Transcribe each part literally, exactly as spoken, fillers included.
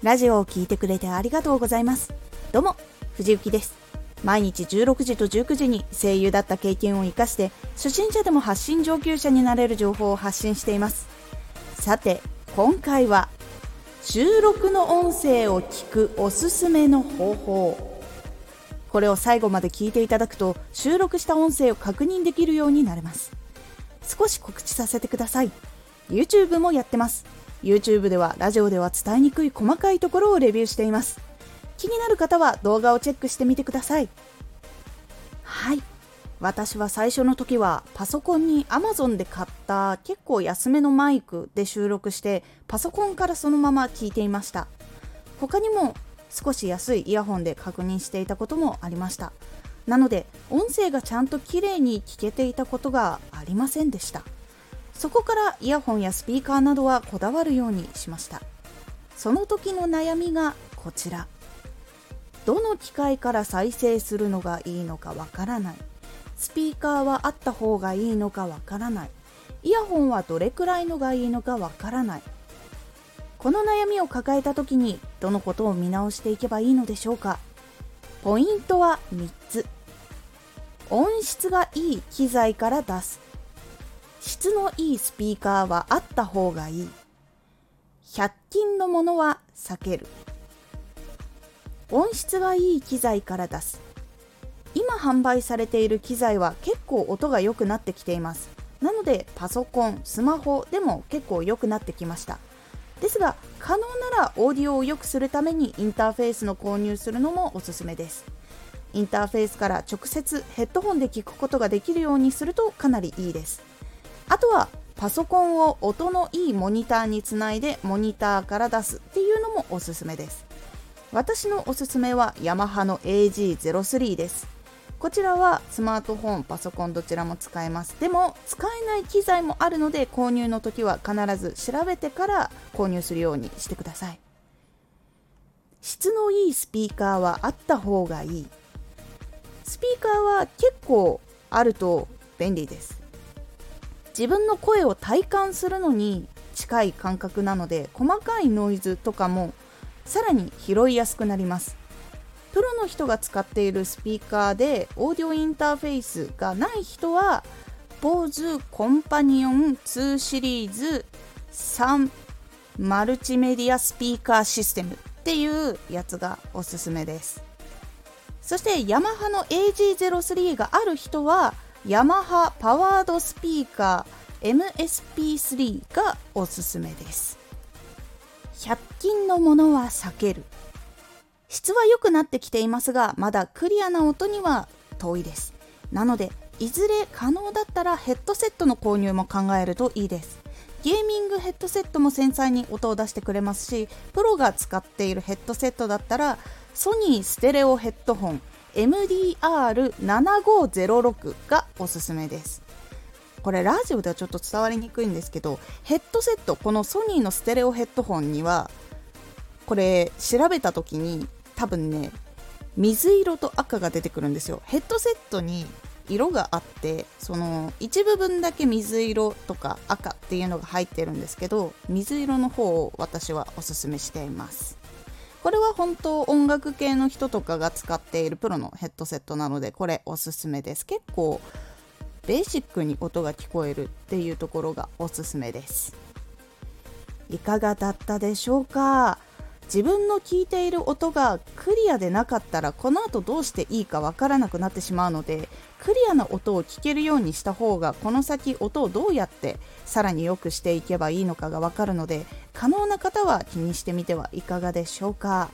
ラジオを聞いてくれてありがとうございます。どうも藤幸です。毎日じゅうろくじとじゅうくじに声優だった経験を生かして初心者でも発信上級者になれる情報を発信しています。さて今回は収録の音声を聞くおすすめの方法。これを最後まで聞いていただくと収録した音声を確認できるようになれます。少し告知させてください。 YouTube もやってます。 YouTube ではラジオでは伝えにくい細かいところをレビューしています。気になる方は動画をチェックしてみてください。はい、私は最初の時はパソコンに Amazon で買った結構安めのマイクで収録してパソコンからそのまま聞いていました。他にも少し安いイヤホンで確認していたこともありました。なので音声がちゃんと綺麗に聞けていたことがありませんでした。そこからイヤホンやスピーカーなどはこだわるようにしました。その時の悩みがこちら。どの機械から再生するのがいいのかわからない。スピーカーはあった方がいいのかわからない。イヤホンはどれくらいのがいいのかわからない。この悩みを抱えた時にどのことを見直していけばいいのでしょうか。ポイントはみっつ。音質がいい機材から出す。質のいいスピーカーはあった方がいい。ひゃく均のものは避ける。音質がいい機材から出す。今販売されている機材は結構音が良くなってきています。なのでパソコン、スマホでも結構良くなってきました。ですが可能ならオーディオを良くするためにインターフェースの購入するのもおすすめです。インターフェースから直接ヘッドホンで聞くことができるようにするとかなりいいです。あとはパソコンを音のいいモニターにつないでモニターから出すっていうのもおすすめです。私のおすすめはヤマハの エージーゼロスリー です。こちらはスマートフォン、パソコンどちらも使えます。でも使えない機材もあるので購入の時は必ず調べてから購入するようにしてください。質のいいスピーカーはあった方がいい。スピーカーは結構あると便利です。自分の声を体感するのに近い感覚なので細かいノイズとかもさらに拾いやすくなります。プロの人が使っているスピーカーでオーディオインターフェースがない人は Bose コンパニオンツーシリーズスリーマルチメディアスピーカーシステムっていうやつがおすすめです。そしてヤマハの エージーゼロスリー がある人はヤマハパワードスピーカー エムエスピースリー がおすすめです。ひゃく均のものは避ける。質は良くなってきていますがまだクリアな音には遠いです。なのでいずれ可能だったらヘッドセットの購入も考えるといいです。ゲーミングヘッドセットも繊細に音を出してくれますし、プロが使っているヘッドセットだったらソニーステレオヘッドホン エムディーアールななごゼロろく がおすすめです。これラジオではちょっと伝わりにくいんですけど、ヘッドセット、このソニーのステレオヘッドホンにはこれ調べた時に多分ね水色と赤が出てくるんですよ。ヘッドセットに色があってその一部分だけ水色とか赤っていうのが入ってるんですけど、水色の方を私はおすすめしています。これは本当音楽系の人とかが使っているプロのヘッドセットなのでこれおすすめです。結構ベーシックに音が聞こえるっていうところがおすすめです。いかがだったでしょうか。自分の聞いている音がクリアでなかったらこの後どうしていいかわからなくなってしまうので、クリアな音を聞けるようにした方がこの先音をどうやってさらに良くしていけばいいのかがわかるので、可能な方は気にしてみてはいかがでしょうか。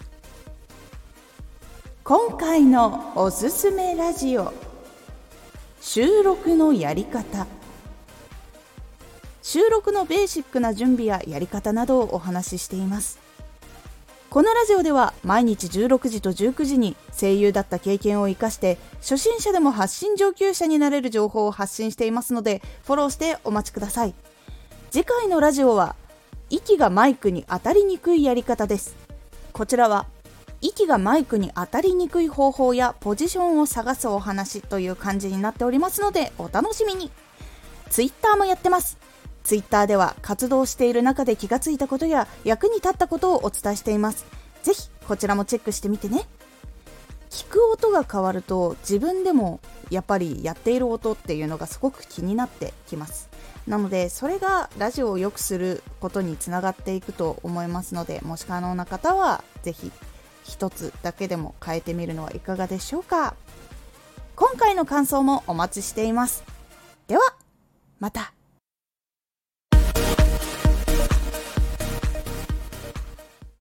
今回のおすすめラジオ、収録のやり方。収録のベーシックな準備ややり方などをお話ししています。このラジオでは毎日じゅうろくじとじゅうくじに声優だった経験を生かして初心者でも発信上級者になれる情報を発信していますのでフォローしてお待ちください。次回のラジオは息がマイクに当たりにくいやり方です。こちらは息がマイクに当たりにくい方法やポジションを探すお話という感じになっておりますのでお楽しみに。ツイッターもやってます。ツイッターでは活動している中で気がついたことや役に立ったことをお伝えしています。 ぜひこちらもチェックしてみてね。聞く音が変わると自分でもやっぱりやっている音っていうのがすごく気になってきます。なのでそれがラジオを良くすることにつながっていくと思いますので、もし可能な方はぜひ一つだけでも変えてみるのはいかがでしょうか。今回の感想もお待ちしています。ではまた。